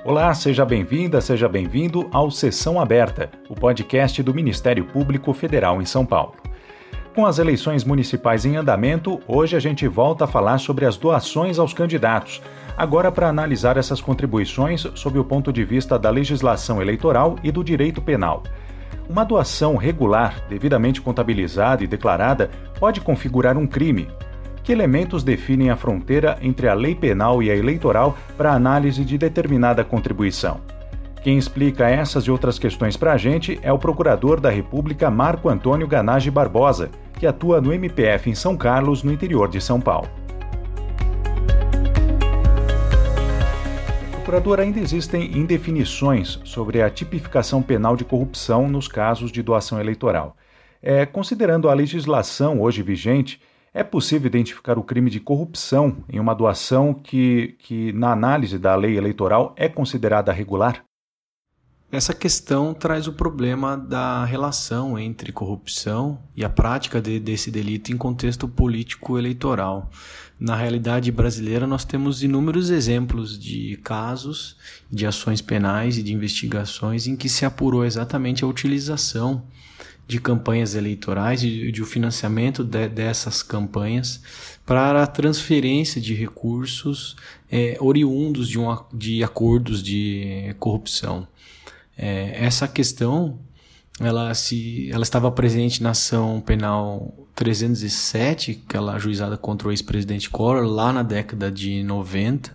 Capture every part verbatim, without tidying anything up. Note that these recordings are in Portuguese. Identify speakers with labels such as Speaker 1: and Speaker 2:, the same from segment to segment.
Speaker 1: Olá, seja bem-vinda, seja bem-vindo ao Sessão Aberta, o podcast do Ministério Público Federal em São Paulo. Com as eleições municipais em andamento, hoje a gente volta a falar sobre as doações aos candidatos, agora para analisar essas contribuições sob o ponto de vista da legislação eleitoral e do direito penal. Uma doação regular, devidamente contabilizada e declarada, pode configurar um crime. Que elementos definem a fronteira entre a lei penal e a eleitoral para a análise de determinada contribuição? Quem explica essas e outras questões para a gente é o Procurador da República Marco Antônio Ganagi Barbosa, que atua no M P F em São Carlos, no interior de São Paulo. Procurador, ainda existem indefinições sobre a tipificação penal de corrupção nos casos de doação eleitoral. É, considerando a legislação hoje vigente, é possível identificar o crime de corrupção em uma doação que, que, na análise da lei eleitoral, é considerada regular?
Speaker 2: Essa questão traz o problema da relação entre corrupção e a prática de, desse delito em contexto político-eleitoral. Na realidade brasileira, nós temos inúmeros exemplos de casos, de ações penais e de investigações em que se apurou exatamente a utilização de campanhas eleitorais e de o financiamento de, dessas campanhas para a transferência de recursos é, oriundos de, um, de acordos de corrupção. É, essa questão ela, se, ela estava presente na ação penal trezentos e sete, aquela ajuizada contra o ex-presidente Collor, lá na década de noventa,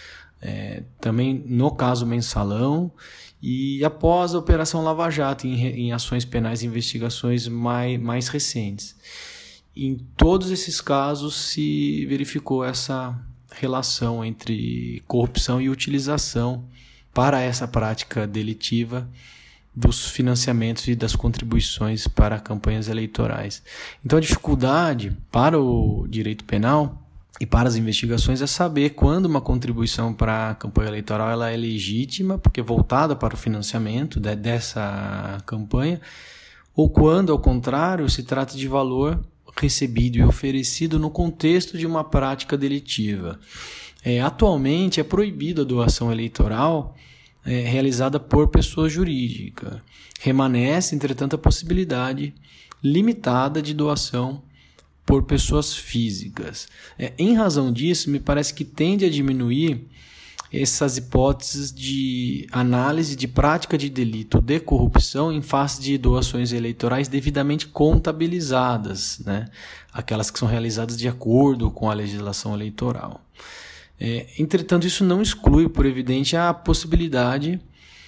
Speaker 2: é, também no caso Mensalão, e após a Operação Lava Jato, em, em ações penais e investigações mais, mais recentes. Em todos esses casos se verificou essa relação entre corrupção e utilização para essa prática delitiva dos financiamentos e das contribuições para campanhas eleitorais. Então a dificuldade para o direito penal e para as investigações é saber quando uma contribuição para a campanha eleitoral ela é legítima, porque é voltada para o financiamento de, dessa campanha, ou quando, ao contrário, se trata de valor recebido e oferecido no contexto de uma prática delitiva. É, atualmente é proibida a doação eleitoral é, realizada por pessoa jurídica. Remanesce, entretanto, a possibilidade limitada de doação por pessoas físicas. É, em razão disso, me parece que tende a diminuir essas hipóteses de análise de prática de delito de corrupção em face de doações eleitorais devidamente contabilizadas, né? Aquelas que são realizadas de acordo com a legislação eleitoral. É, entretanto, isso não exclui, por evidente, a possibilidade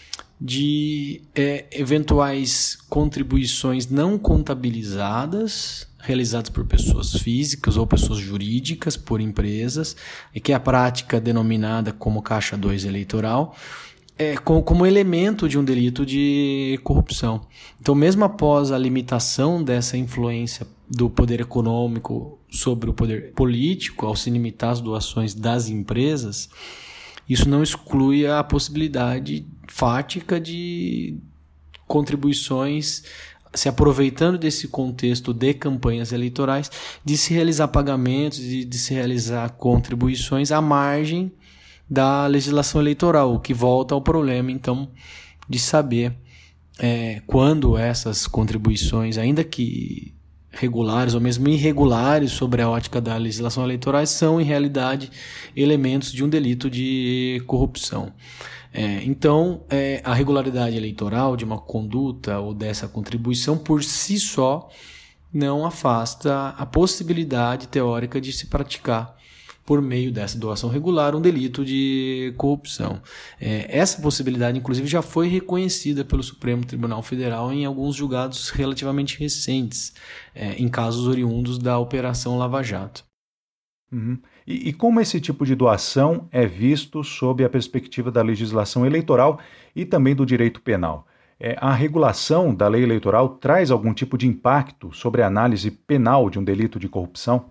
Speaker 2: de é, eventuais contribuições não contabilizadas realizadas por pessoas físicas ou pessoas jurídicas, por empresas, e que é a prática denominada como caixa dois eleitoral, é, como, como elemento de um delito de corrupção. Então, mesmo após a limitação dessa influência do poder econômico sobre o poder político, ao se limitar as doações das empresas, isso não exclui a possibilidade fática de contribuições se aproveitando desse contexto de campanhas eleitorais, de se realizar pagamentos, de, de se realizar contribuições à margem da legislação eleitoral, o que volta ao problema, então, de saber é, quando essas contribuições, ainda que regulares ou mesmo irregulares sobre a ótica da legislação eleitoral, são, em realidade, elementos de um delito de corrupção. É, então, é, a regularidade eleitoral de uma conduta ou dessa contribuição por si só não afasta a possibilidade teórica de se praticar, por meio dessa doação regular, um delito de corrupção. É, essa possibilidade, inclusive, já foi reconhecida pelo Supremo Tribunal Federal em alguns julgados relativamente recentes, é, em casos oriundos da Operação Lava Jato.
Speaker 1: Uhum. E, e como esse tipo de doação é visto sob a perspectiva da legislação eleitoral e também do direito penal? É, a regulação da lei eleitoral traz algum tipo de impacto sobre a análise penal de um delito de corrupção?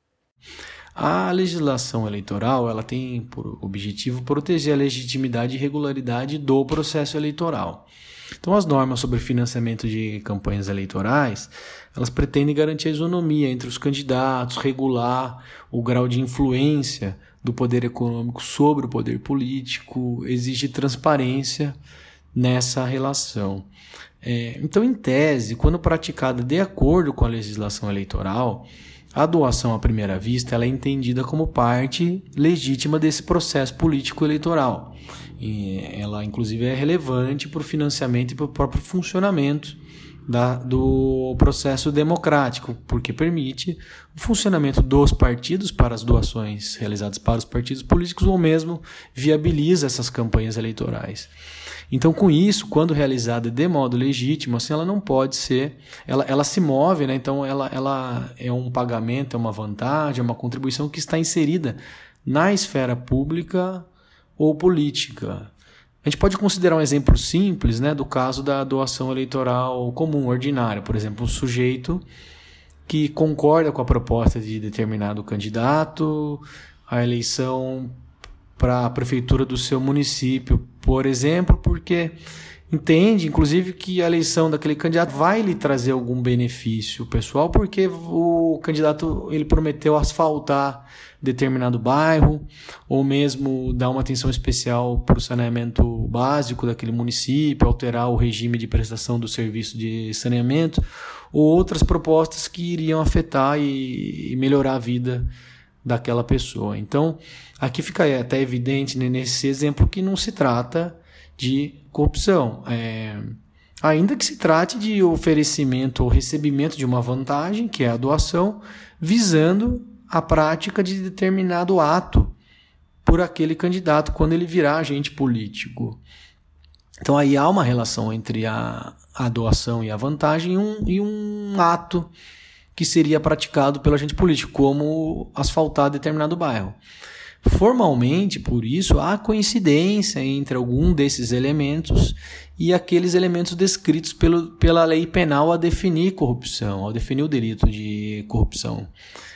Speaker 2: A legislação eleitoral ela tem por objetivo proteger a legitimidade e regularidade do processo eleitoral. Então, as normas sobre financiamento de campanhas eleitorais, elas pretendem garantir a isonomia entre os candidatos, regular o grau de influência do poder econômico sobre o poder político, exige transparência nessa relação. É, então, em tese, quando praticada de acordo com a legislação eleitoral, a doação à primeira vista ela é entendida como parte legítima desse processo político eleitoral. E ela, inclusive, é relevante para o financiamento e para o próprio funcionamento da, do processo democrático, porque permite o funcionamento dos partidos para as doações realizadas para os partidos políticos ou mesmo viabiliza essas campanhas eleitorais. Então, com isso, quando realizada de modo legítimo, assim, ela não pode ser, ela, ela se move, né? Então ela, ela é um pagamento, é uma vantagem, é uma contribuição que está inserida na esfera pública ou política. A gente pode considerar um exemplo simples, né, do caso da doação eleitoral comum, ordinária. Por exemplo, um sujeito que concorda com a proposta de determinado candidato, a eleição para a prefeitura do seu município, por exemplo, porque entende, inclusive, que a eleição daquele candidato vai lhe trazer algum benefício pessoal, porque o candidato ele prometeu asfaltar determinado bairro, ou mesmo dar uma atenção especial para o saneamento básico daquele município, alterar o regime de prestação do serviço de saneamento, ou outras propostas que iriam afetar e melhorar a vida daquela pessoa. Então, aqui fica até evidente, né, nesse exemplo que não se trata de corrupção. É, ainda que se trate de oferecimento ou recebimento de uma vantagem, que é a doação, visando a prática de determinado ato por aquele candidato quando ele virar agente político. Então aí há uma relação entre a, a doação e a vantagem e um, e um ato que seria praticado pelo agente político, como asfaltar determinado bairro. Formalmente, por isso, há coincidência entre algum desses elementos e aqueles elementos descritos pelo, pela lei penal a definir corrupção, a definir o delito de corrupção.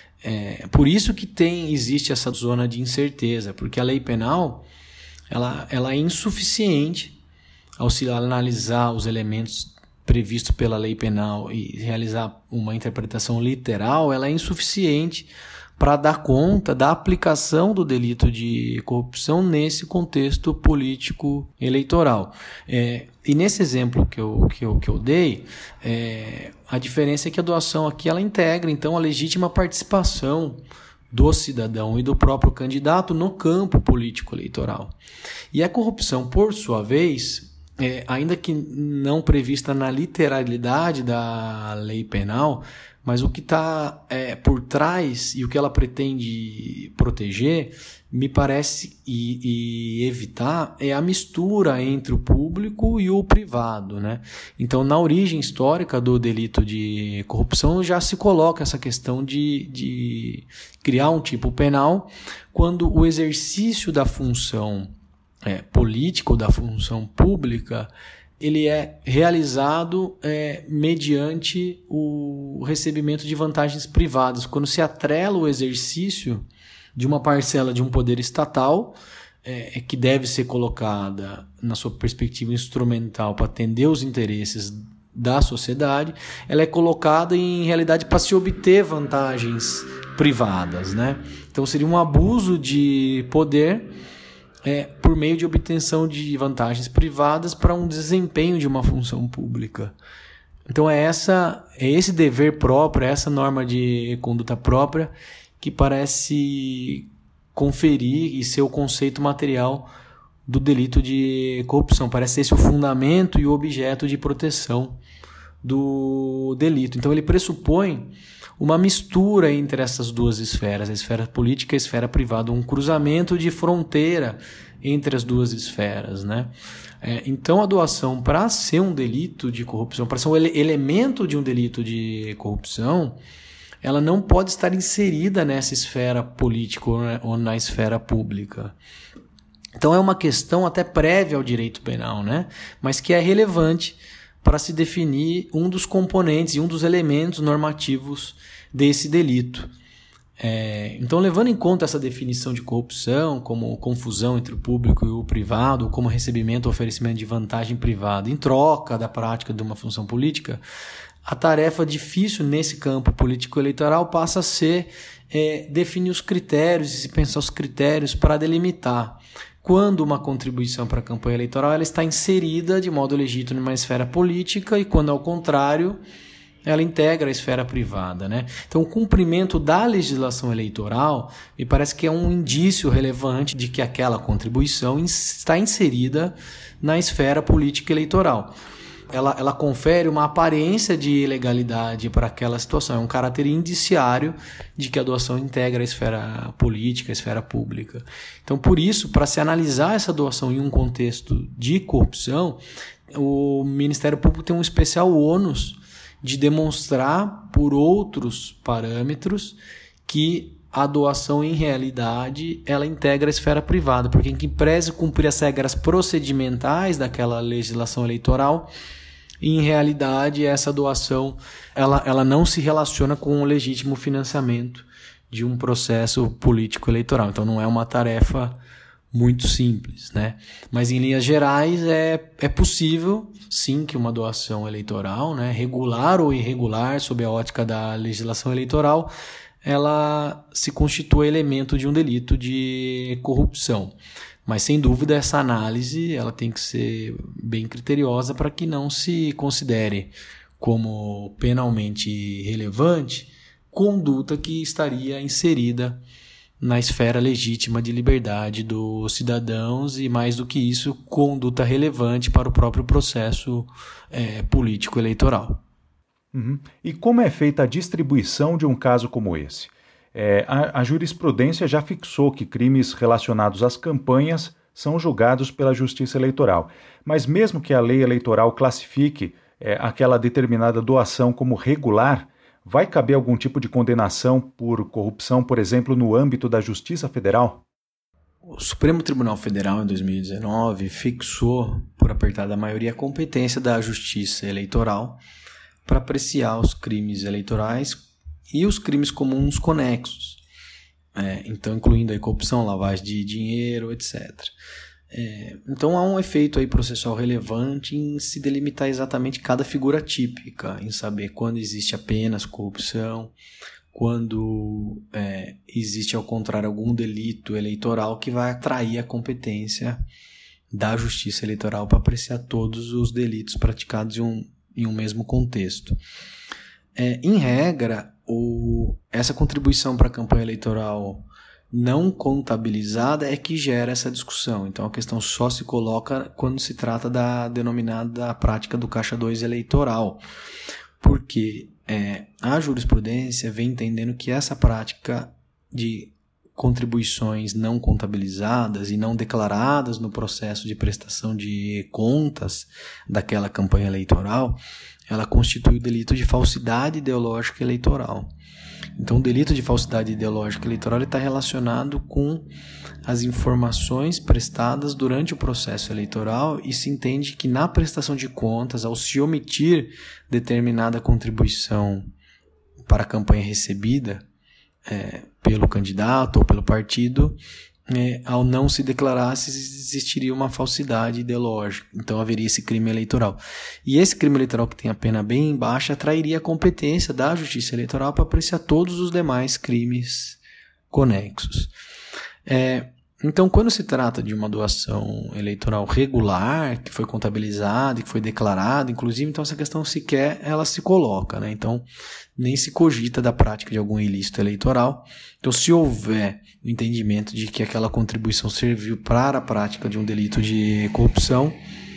Speaker 2: É, por isso que tem, existe essa zona de incerteza, porque a lei penal ela, ela é insuficiente ao se analisar os elementos previsto pela lei penal e realizar uma interpretação literal, ela é insuficiente para dar conta da aplicação do delito de corrupção nesse contexto político eleitoral. É, e nesse exemplo que eu, que eu, que eu dei, é, a diferença é que a doação aqui ela integra então a legítima participação do cidadão e do próprio candidato no campo político eleitoral. E a corrupção, por sua vez, É, ainda que não prevista na literalidade da lei penal, mas o que está é, por trás e o que ela pretende proteger, me parece, e, e evitar, é a mistura entre o público e o privado, né? Então, na origem histórica do delito de corrupção, já se coloca essa questão de, de criar um tipo penal quando o exercício da função É, político da função pública, ele é realizado é, mediante o recebimento de vantagens privadas, quando se atrela o exercício de uma parcela de um poder estatal, é, que deve ser colocada na sua perspectiva instrumental para atender os interesses da sociedade, ela é colocada em realidade para se obter vantagens privadas, né? Então seria um abuso de poder É, por meio de obtenção de vantagens privadas para um desempenho de uma função pública. Então é, essa, é esse dever próprio, é essa norma de conduta própria que parece conferir e ser o conceito material do delito de corrupção. Parece esse o fundamento e o objeto de proteção do delito. Então ele pressupõe uma mistura entre essas duas esferas, a esfera política e a esfera privada, um cruzamento de fronteira entre as duas esferas, né? É, então a doação, para ser um delito de corrupção, para ser um ele- elemento de um delito de corrupção, ela não pode estar inserida nessa esfera política ou na, ou na esfera pública. Então é uma questão até prévia ao direito penal, né? Mas que é relevante para se definir um dos componentes e um dos elementos normativos desse delito. É, então, levando em conta essa definição de corrupção como confusão entre o público e o privado, como recebimento ou oferecimento de vantagem privada em troca da prática de uma função política, a tarefa difícil nesse campo político-eleitoral passa a ser é, definir os critérios e pensar os critérios para delimitar quando uma contribuição para a campanha eleitoral ela está inserida de modo legítimo numa esfera política e quando, ao contrário, ela integra a esfera privada, né? Então, o cumprimento da legislação eleitoral me parece que é um indício relevante de que aquela contribuição está inserida na esfera política eleitoral. Ela, ela confere uma aparência de ilegalidade para aquela situação, é um caráter indiciário de que a doação integra a esfera política, a esfera pública. Então, por isso, para se analisar essa doação em um contexto de corrupção, o Ministério Público tem um especial ônus de demonstrar por outros parâmetros que a doação, em realidade, ela integra a esfera privada, porque em que preze cumprir as regras procedimentais daquela legislação eleitoral, em realidade, essa doação ela, ela não se relaciona com o legítimo financiamento de um processo político eleitoral. Então, não é uma tarefa muito simples, né? Mas, em linhas gerais, é, é possível, sim, que uma doação eleitoral, né, regular ou irregular, sob a ótica da legislação eleitoral, ela se constitua elemento de um delito de corrupção. Mas, sem dúvida, essa análise ela tem que ser bem criteriosa para que não se considere como penalmente relevante conduta que estaria inserida na esfera legítima de liberdade dos cidadãos e, mais do que isso, conduta relevante para o próprio processo é, político-eleitoral.
Speaker 1: Uhum. E como é feita a distribuição de um caso como esse? É, a, a jurisprudência já fixou que crimes relacionados às campanhas são julgados pela Justiça Eleitoral. Mas mesmo que a lei eleitoral classifique é, aquela determinada doação como regular, vai caber algum tipo de condenação por corrupção, por exemplo, no âmbito da Justiça Federal?
Speaker 2: O Supremo Tribunal Federal, em dois mil e dezenove, fixou, por apertada maioria, a competência da Justiça Eleitoral para apreciar os crimes eleitorais e os crimes comuns conexos, é, então incluindo a corrupção, lavagem de dinheiro, etcétera. É, então há um efeito aí processual relevante em se delimitar exatamente cada figura típica, em saber quando existe apenas corrupção, quando é, existe ao contrário algum delito eleitoral que vai atrair a competência da Justiça Eleitoral para apreciar todos os delitos praticados em um, em um mesmo contexto. É, em regra, o, essa contribuição para a campanha eleitoral não contabilizada é que gera essa discussão. Então, a questão só se coloca quando se trata da denominada prática do caixa dois eleitoral, porque é, a jurisprudência vem entendendo que essa prática de contribuições não contabilizadas e não declaradas no processo de prestação de contas daquela campanha eleitoral, ela constitui o delito de falsidade ideológica eleitoral. Então, o delito de falsidade ideológica eleitoral está relacionado com as informações prestadas durante o processo eleitoral e se entende que na prestação de contas, ao se omitir determinada contribuição para a campanha recebida é, pelo candidato ou pelo partido, é, ao não se declarar, existiria uma falsidade ideológica. Então haveria esse crime eleitoral. E esse crime eleitoral, que tem a pena bem baixa, atrairia a competência da Justiça Eleitoral para apreciar todos os demais crimes conexos. É, então, quando se trata de uma doação eleitoral regular, que foi contabilizada, que foi declarada, inclusive, então essa questão sequer ela se coloca, né? Então, nem se cogita da prática de algum ilícito eleitoral. Então, se houver o entendimento de que aquela contribuição serviu para a prática de um delito de corrupção,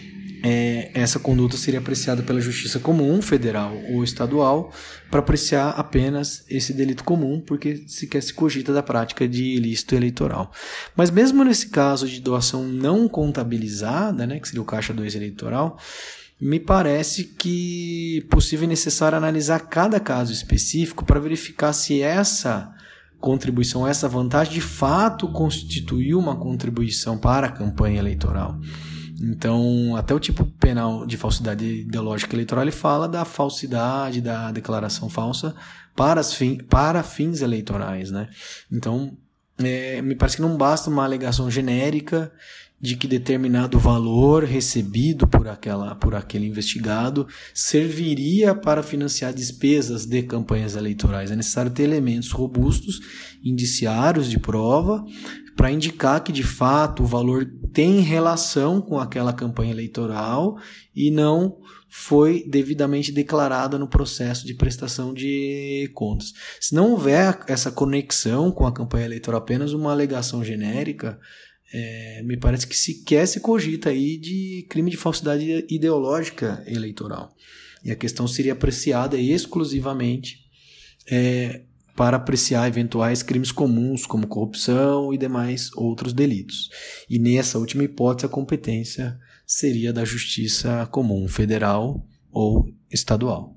Speaker 2: é, essa conduta seria apreciada pela Justiça Comum, federal ou estadual, para apreciar apenas esse delito comum, porque sequer se cogita da prática de ilícito eleitoral. Mas mesmo nesse caso de doação não contabilizada, né, que seria o caixa dois eleitoral, me parece que possível e necessário analisar cada caso específico para verificar se essa contribuição, essa vantagem de fato constituiu uma contribuição para a campanha eleitoral. Então, até o tipo penal de falsidade ideológica eleitoral, ele fala da falsidade da declaração falsa para, as fin- para fins eleitorais, né? Então, é, me parece que não basta uma alegação genérica de que determinado valor recebido por, aquela, por aquele investigado serviria para financiar despesas de campanhas eleitorais. É necessário ter elementos robustos, indiciários de prova, para indicar que, de fato, o valor tem relação com aquela campanha eleitoral e não foi devidamente declarada no processo de prestação de contas. Se não houver essa conexão com a campanha eleitoral, apenas uma alegação genérica, É, me parece que sequer se cogita aí de crime de falsidade ideológica eleitoral. E a questão seria apreciada exclusivamente é, para apreciar eventuais crimes comuns, como corrupção e demais outros delitos. E nessa última hipótese, a competência seria da Justiça Comum Federal ou estadual.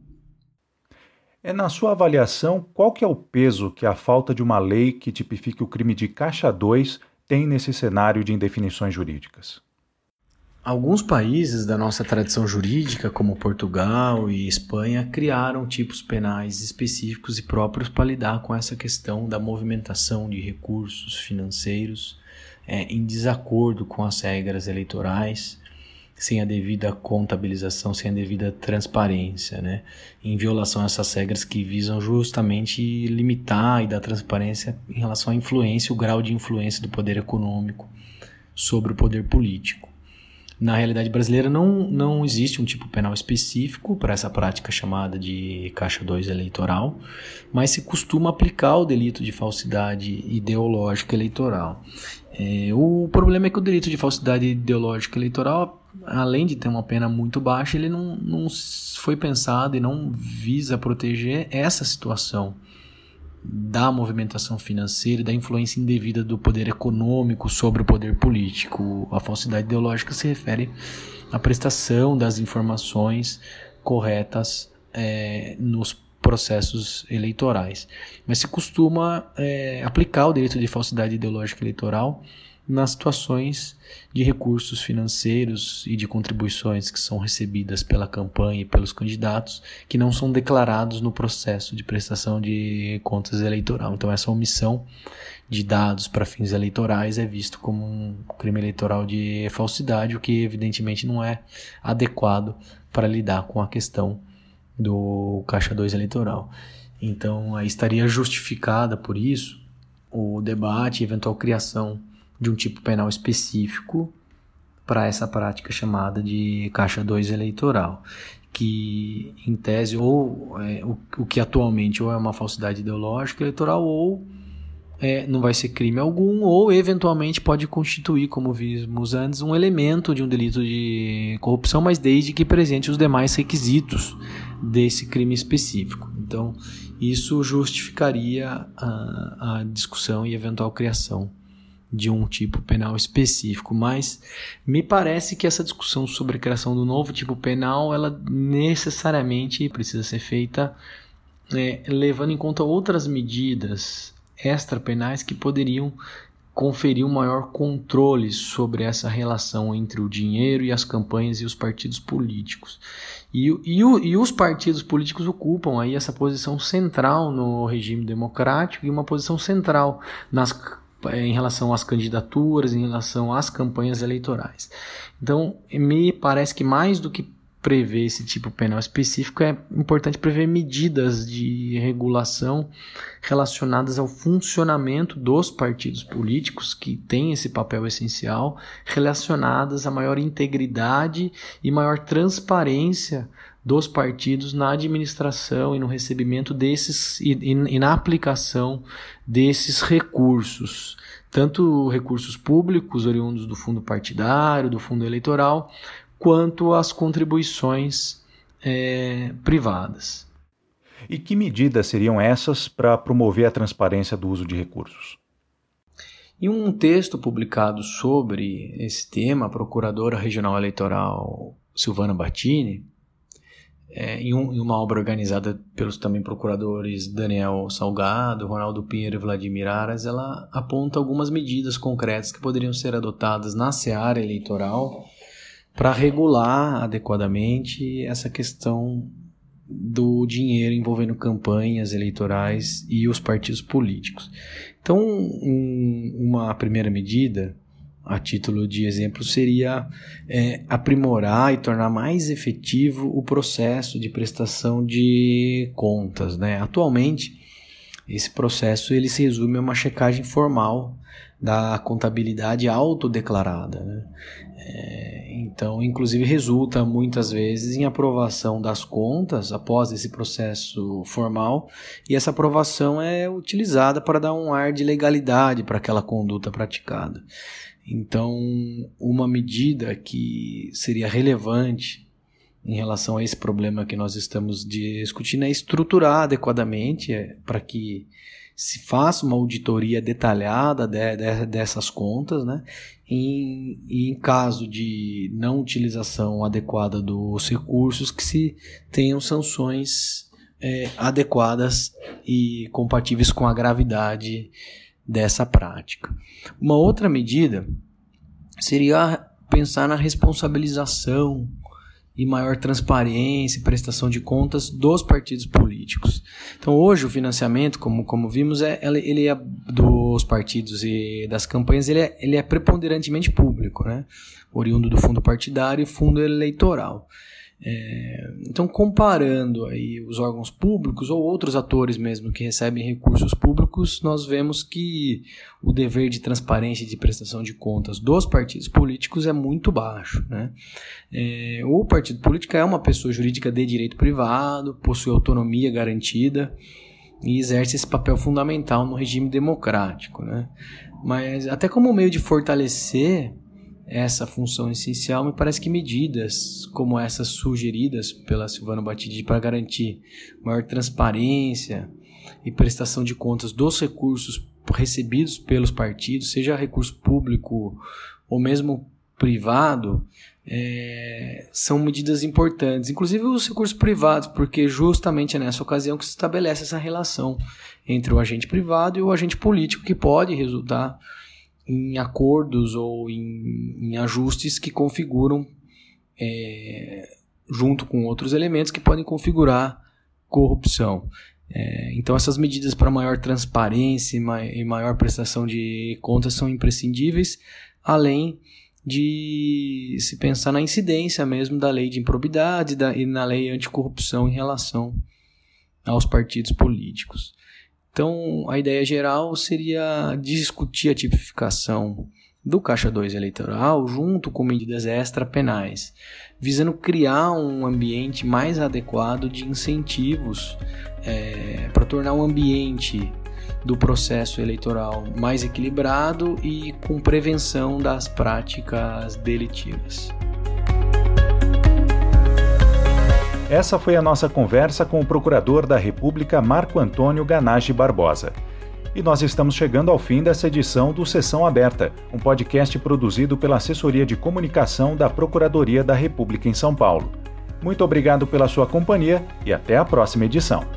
Speaker 1: É, na sua avaliação, qual que é o peso que a falta de uma lei que tipifique o crime de Caixa dois tem nesse cenário de indefinições jurídicas?
Speaker 2: Alguns países da nossa tradição jurídica, como Portugal e Espanha, criaram tipos penais específicos e próprios para lidar com essa questão da movimentação de recursos financeiros é, em desacordo com as regras eleitorais, sem a devida contabilização, sem a devida transparência, né? Em violação a essas regras que visam justamente limitar e dar transparência em relação à influência, o grau de influência do poder econômico sobre o poder político. Na realidade brasileira não, não existe um tipo penal específico para essa prática chamada de Caixa dois eleitoral, mas se costuma aplicar o delito de falsidade ideológica eleitoral. É, o problema é que o delito de falsidade ideológica eleitoral, além de ter uma pena muito baixa, ele não, não foi pensado e não visa proteger essa situação da movimentação financeira, da influência indevida do poder econômico sobre o poder político. A falsidade ideológica se refere à prestação das informações corretas é, nos processos eleitorais. Mas se costuma é, aplicar o direito de falsidade ideológica eleitoral nas situações de recursos financeiros e de contribuições que são recebidas pela campanha e pelos candidatos que não são declarados no processo de prestação de contas eleitoral. Então essa omissão de dados para fins eleitorais é visto como um crime eleitoral de falsidade, o que evidentemente não é adequado para lidar com a questão do Caixa dois eleitoral. Então aí estaria justificada por isso o debate e eventual criação de um tipo penal específico para essa prática chamada de Caixa dois eleitoral, que em tese ou é, o, o que atualmente ou é uma falsidade ideológica eleitoral ou é, não vai ser crime algum, ou eventualmente pode constituir, como vimos antes, um elemento de um delito de corrupção, mas desde que presente os demais requisitos desse crime específico. Então isso justificaria a, a discussão e eventual criação de um tipo penal específico, mas me parece que essa discussão sobre a criação do novo tipo penal, ela necessariamente precisa ser feita é, levando em conta outras medidas extrapenais que poderiam conferir um maior controle sobre essa relação entre o dinheiro e as campanhas e os partidos políticos. E, e, e os partidos políticos ocupam aí essa posição central no regime democrático e uma posição central nas em relação às candidaturas, em relação às campanhas eleitorais. Então, me parece que mais do que prever esse tipo penal específico, é importante prever medidas de regulação relacionadas ao funcionamento dos partidos políticos, que têm esse papel essencial, relacionadas a maior integridade e maior transparência dos partidos na administração e no recebimento desses e, e, e na aplicação desses recursos, tanto recursos públicos oriundos do fundo partidário, do fundo eleitoral, quanto as contribuições é, privadas.
Speaker 1: E que medidas seriam essas para promover a transparência do uso de recursos?
Speaker 2: Em um texto publicado sobre esse tema, a Procuradora Regional Eleitoral Silvana Battini, É, em, um, em uma obra organizada pelos também procuradores Daniel Salgado, Ronaldo Pinheiro e Vladimir Aras, ela aponta algumas medidas concretas que poderiam ser adotadas na seara eleitoral para regular adequadamente essa questão do dinheiro envolvendo campanhas eleitorais e os partidos políticos. Então, um, uma primeira medida, a título de exemplo, seria é, aprimorar e tornar mais efetivo o processo de prestação de contas, né? Atualmente, esse processo ele se resume a uma checagem formal da contabilidade autodeclarada, né? É, então, inclusive, resulta muitas vezes em aprovação das contas após esse processo formal, e essa aprovação é utilizada para dar um ar de legalidade para aquela conduta praticada. Então, uma medida que seria relevante em relação a esse problema que nós estamos discutindo é estruturar adequadamente é, para que se faça uma auditoria detalhada de, de, dessas contas, né? E, e em caso de não utilização adequada dos recursos, que se tenham sanções é, adequadas e compatíveis com a gravidade dessa prática. Uma outra medida seria pensar na responsabilização e maior transparência e prestação de contas dos partidos políticos. Então, hoje, o financiamento, como, como vimos, é, ele é dos partidos e das campanhas, ele é, ele é preponderantemente público, né? Oriundo do fundo partidário e fundo eleitoral. É, então, comparando aí os órgãos públicos ou outros atores mesmo que recebem recursos públicos, nós vemos que o dever de transparência e de prestação de contas dos partidos políticos é muito baixo, né? É, o partido político é uma pessoa jurídica de direito privado, possui autonomia garantida e exerce esse papel fundamental no regime democrático, né? Mas até como meio de fortalecer essa função essencial, me parece que medidas como essas sugeridas pela Silvana Battisti para garantir maior transparência e prestação de contas dos recursos recebidos pelos partidos, seja recurso público ou mesmo privado, é, são medidas importantes, inclusive os recursos privados, porque justamente é nessa ocasião que se estabelece essa relação entre o agente privado e o agente político, que pode resultar em acordos ou em, em ajustes que configuram, é, junto com outros elementos que podem configurar corrupção. É, então, essas medidas para maior transparência e, ma- e maior prestação de contas são imprescindíveis, além de se pensar na incidência mesmo da lei de improbidade da, e na lei anticorrupção em relação aos partidos políticos. Então, a ideia geral seria discutir a tipificação do Caixa dois eleitoral junto com medidas extrapenais, visando criar um ambiente mais adequado de incentivos é, para tornar o ambiente do processo eleitoral mais equilibrado e com prevenção das práticas delitivas.
Speaker 1: Essa foi a nossa conversa com o Procurador da República Marco Antônio Ganagi Barbosa. E nós estamos chegando ao fim dessa edição do Sessão Aberta, um podcast produzido pela Assessoria de Comunicação da Procuradoria da República em São Paulo. Muito obrigado pela sua companhia e até a próxima edição.